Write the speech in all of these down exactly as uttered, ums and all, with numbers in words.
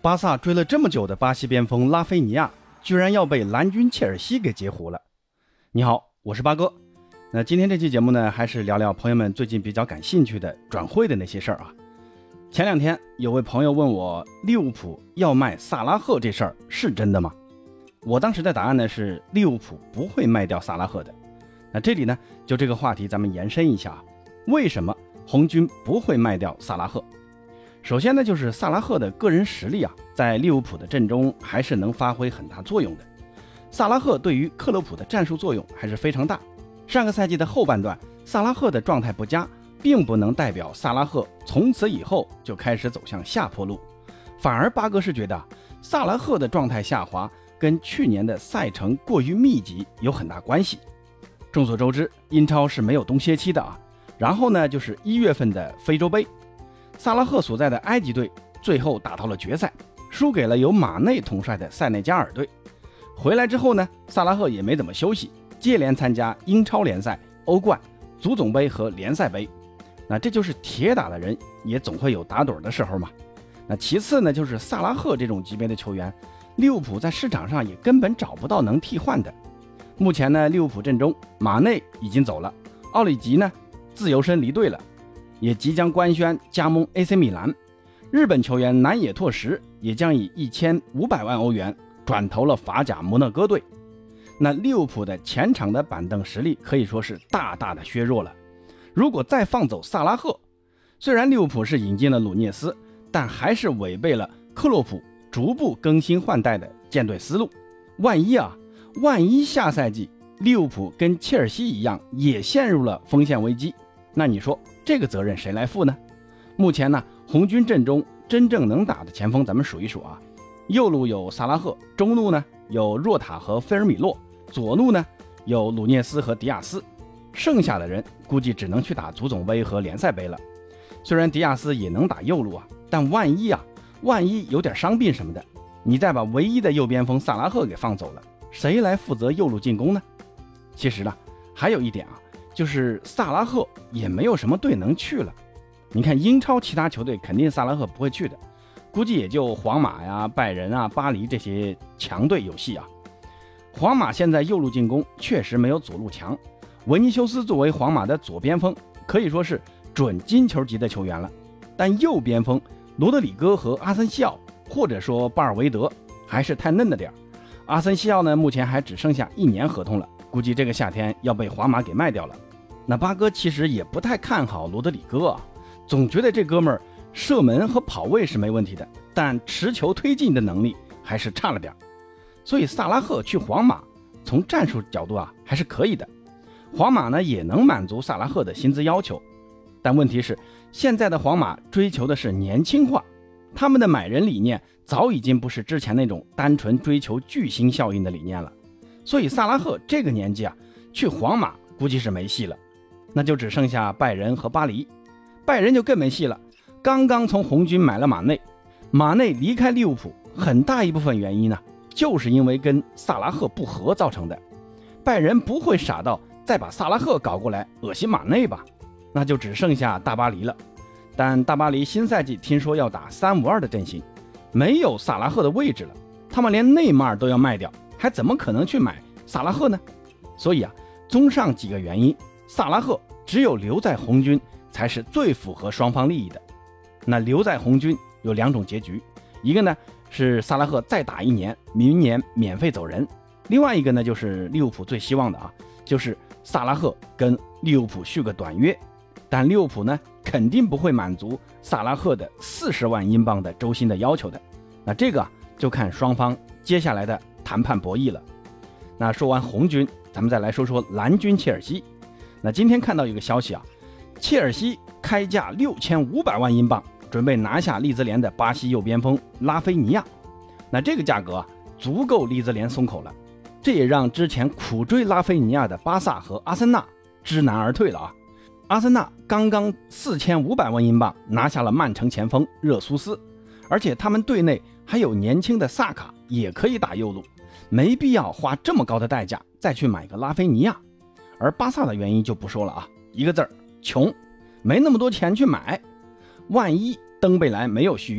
巴萨追了这么久的巴西边锋拉菲尼亚，居然要被蓝军切尔西给截胡了。你好，我是八哥。那今天这期节目呢，还是聊聊朋友们最近比较感兴趣的转会的那些事儿啊。前两天有位朋友问我，利物浦要卖萨拉赫这事儿是真的吗？我当时的答案呢是，利物浦不会卖掉萨拉赫的。那这里呢，就这个话题咱们延伸一下啊，为什么红军不会卖掉萨拉赫？首先呢，就是萨拉赫的个人实力啊，在利物浦的阵中还是能发挥很大作用的。萨拉赫对于克洛普的战术作用还是非常大。上个赛季的后半段，萨拉赫的状态不佳，并不能代表萨拉赫从此以后就开始走向下坡路。反而巴哥是觉得，萨拉赫的状态下滑跟去年的赛程过于密集有很大关系。众所周知，英超是没有冬歇期的啊。然后呢，就是一月份的非洲杯。萨拉赫所在的埃及队最后打到了决赛，输给了由马内统帅的塞内加尔队。回来之后呢，萨拉赫也没怎么休息，接连参加英超联赛、欧冠、足总杯和联赛杯。那这就是铁打的人也总会有打盹的时候嘛。那其次呢，就是萨拉赫这种级别的球员，利物浦在市场上也根本找不到能替换的。目前呢，利物浦阵中马内已经走了，奥里吉呢自由身离队了，也即将官宣加盟 A C 米兰。日本球员南野拓实也将以一千五百万欧元转投了法甲摩纳哥队。那利物浦的前场的板凳实力可以说是大大的削弱了。如果再放走萨拉赫，虽然利物浦是引进了鲁涅斯，但还是违背了克洛普逐步更新换代的建队思路。万一啊，万一下赛季利物浦跟切尔西一样也陷入了锋线危机，那你说这个责任谁来负呢？目前呢，红军阵中真正能打的前锋咱们数一数啊，右路有萨拉赫，中路呢有若塔和菲尔米洛，左路呢有鲁涅斯和迪亚斯，剩下的人估计只能去打足总杯和联赛杯了。虽然迪亚斯也能打右路啊，但万一啊，万一有点伤病什么的，你再把唯一的右边锋萨拉赫给放走了，谁来负责右路进攻呢？其实呢，还有一点啊，就是萨拉赫也没有什么队能去了。你看英超其他球队肯定萨拉赫不会去的，估计也就皇马呀、拜仁啊、巴黎这些强队有戏啊。皇马现在右路进攻确实没有左路强，维尼修斯作为皇马的左边锋，可以说是准金球级的球员了。但右边锋罗德里戈和阿森西奥，或者说巴尔维德，还是太嫩了点。阿森西奥呢，目前还只剩下一年合同了，估计这个夏天要被皇马给卖掉了。那巴哥其实也不太看好罗德里戈啊，总觉得这哥们儿射门和跑位是没问题的，但持球推进的能力还是差了点。所以萨拉赫去皇马，从战术角度啊还是可以的，皇马呢也能满足萨拉赫的薪资要求。但问题是，现在的皇马追求的是年轻化，他们的买人理念早已经不是之前那种单纯追求巨星效应的理念了。所以萨拉赫这个年纪啊，去皇马估计是没戏了，那就只剩下拜仁和巴黎。拜仁就更没戏了，刚刚从红军买了马内，马内离开利物浦很大一部分原因呢，就是因为跟萨拉赫不合造成的。拜仁不会傻到再把萨拉赫搞过来恶心马内吧？那就只剩下大巴黎了。但大巴黎新赛季听说要打三五二的阵型，没有萨拉赫的位置了，他们连内马尔都要卖掉，还怎么可能去买萨拉赫呢？所以啊，综上几个原因，萨拉赫只有留在红军才是最符合双方利益的。那留在红军有两种结局，一个呢是萨拉赫再打一年，明年免费走人；另外一个呢就是利物浦最希望的啊，就是萨拉赫跟利物浦续个短约。但利物浦呢肯定不会满足萨拉赫的四十万英镑的周薪的要求的。那这个啊就看双方接下来的谈判博弈了。那说完红军，咱们再来说说蓝军切尔西。那今天看到一个消息啊，切尔西开价六千五百万英镑，准备拿下利兹联的巴西右边锋拉菲尼亚。那这个价格啊，足够利兹联松口了，这也让之前苦追拉菲尼亚的巴萨和阿森纳知难而退了啊。阿森纳刚刚四千五百万英镑拿下了曼城前锋热苏斯，而且他们队内还有年轻的萨卡也可以打右路，没必要花这么高的代价再去买个拉菲尼亚。而巴萨的原因就不说了啊，一个字儿，穷，没那么多钱去买。万一登贝莱没有续约，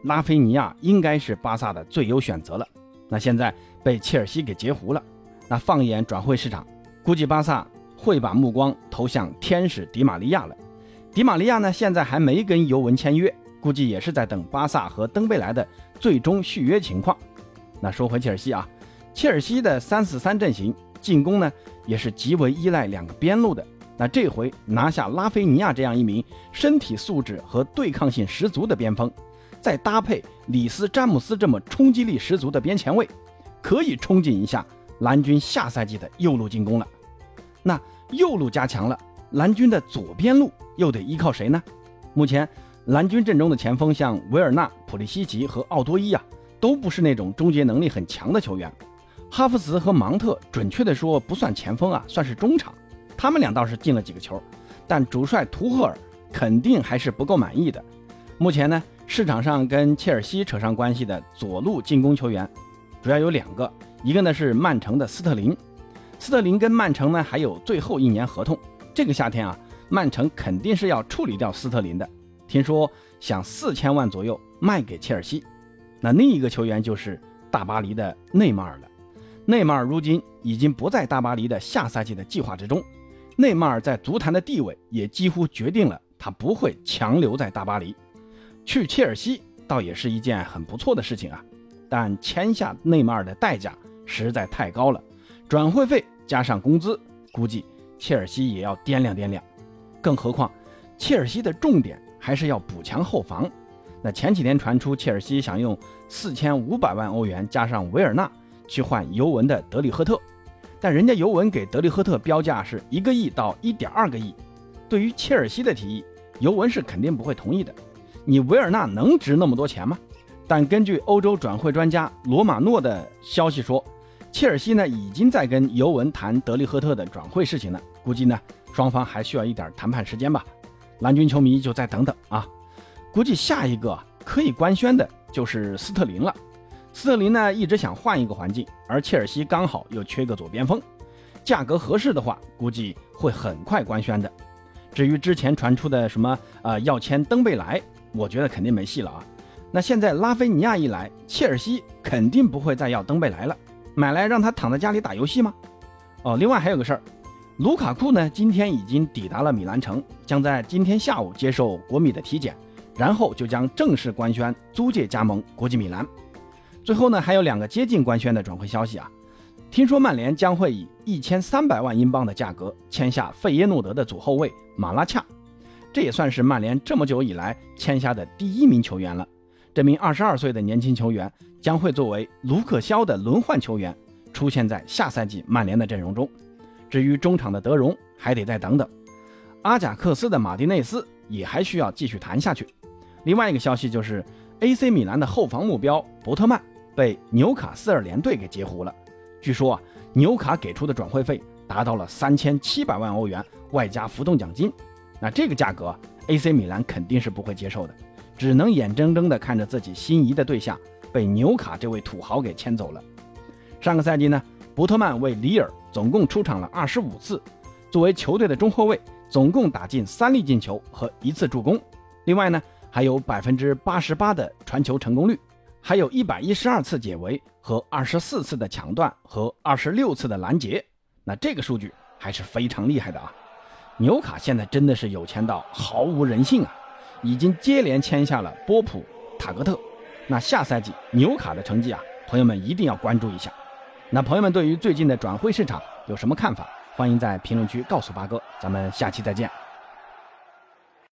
拉菲尼亚应该是巴萨的最优选择了。那现在被切尔西给截胡了，那放眼转会市场，估计巴萨会把目光投向天使迪玛利亚了。迪玛利亚呢，现在还没跟尤文签约，估计也是在等巴萨和登贝莱的最终续约情况。那说回切尔西啊，切尔西的三四三阵型进攻呢也是极为依赖两个边路的。那这回拿下拉菲尼亚这样一名身体素质和对抗性十足的边锋，再搭配里斯詹姆斯这么冲击力十足的边前卫，可以冲进一下蓝军下赛季的右路进攻了。那右路加强了，蓝军的左边路又得依靠谁呢？目前蓝军阵中的前锋像维尔纳、普利西奇和奥多伊啊，都不是那种终结能力很强的球员。哈弗茨和芒特准确的说不算前锋啊，算是中场，他们俩倒是进了几个球，但主帅图赫尔肯定还是不够满意的。目前呢，市场上跟切尔西扯上关系的左路进攻球员主要有两个，一个呢是曼城的斯特林，斯特林跟曼城呢还有最后一年合同，这个夏天啊，曼城肯定是要处理掉斯特林的，听说想四千万左右卖给切尔西。那另一个球员就是大巴黎的内马尔了。内马尔如今已经不在大巴黎的下赛季的计划之中，内马尔在足坛的地位也几乎决定了他不会强留在大巴黎，去切尔西倒也是一件很不错的事情啊。但签下内马尔的代价实在太高了，转会费加上工资，估计切尔西也要掂量掂量。更何况切尔西的重点还是要补强后防。那前几天传出切尔西想用四千五百万欧元加上维尔纳去换尤文的德里赫特，但人家尤文给德里赫特标价是一个亿到一点二个亿，对于切尔西的提议，尤文是肯定不会同意的。你维尔纳能值那么多钱吗？但根据欧洲转会专家罗马诺的消息说，切尔西呢已经在跟尤文谈德里赫特的转会事情了，估计呢双方还需要一点谈判时间吧。蓝军球迷就再等等啊，估计下一个可以官宣的就是斯特林了。斯特林呢一直想换一个环境，而切尔西刚好又缺个左边锋，价格合适的话，估计会很快官宣的。至于之前传出的什么呃要签登贝莱，我觉得肯定没戏了啊。那现在拉菲尼亚一来，切尔西肯定不会再要登贝莱了，买来让他躺在家里打游戏吗？哦，另外还有个事儿，卢卡库呢今天已经抵达了米兰城，将在今天下午接受国米的体检，然后就将正式官宣租借加盟国际米兰。最后呢，还有两个接近官宣的转会消息啊。听说曼联将会以一千三百万英镑的价格签下费耶诺德的左后卫马拉恰，这也算是曼联这么久以来签下的第一名球员了。这名二十二岁的年轻球员将会作为卢克肖的轮换球员出现在下赛季曼联的阵容中。至于中场的德容，还得再等等。阿贾克斯的马丁内斯也还需要继续谈下去。另外一个消息就是 A C 米兰的后防目标伯特曼被纽卡斯尔联队给截胡了。据说啊，纽卡给出的转会费达到了三千七百万欧元，外加浮动奖金。那这个价格 A C 米兰肯定是不会接受的，只能眼睁睁地看着自己心仪的对象被纽卡这位土豪给牵走了。上个赛季呢，伯特曼为里尔总共出场了二十五次，作为球队的中后卫，总共打进三粒进球和一次助攻。另外呢，还有 百分之八十八 的传球成功率，还有一百一十二次解围和二十四次的抢断和二十六次的拦截。那这个数据还是非常厉害的啊。纽卡现在真的是有钱到毫无人性啊，已经接连签下了波普、塔格特。那下赛季纽卡的成绩啊，朋友们一定要关注一下。那朋友们对于最近的转会市场有什么看法？欢迎在评论区告诉八哥，咱们下期再见。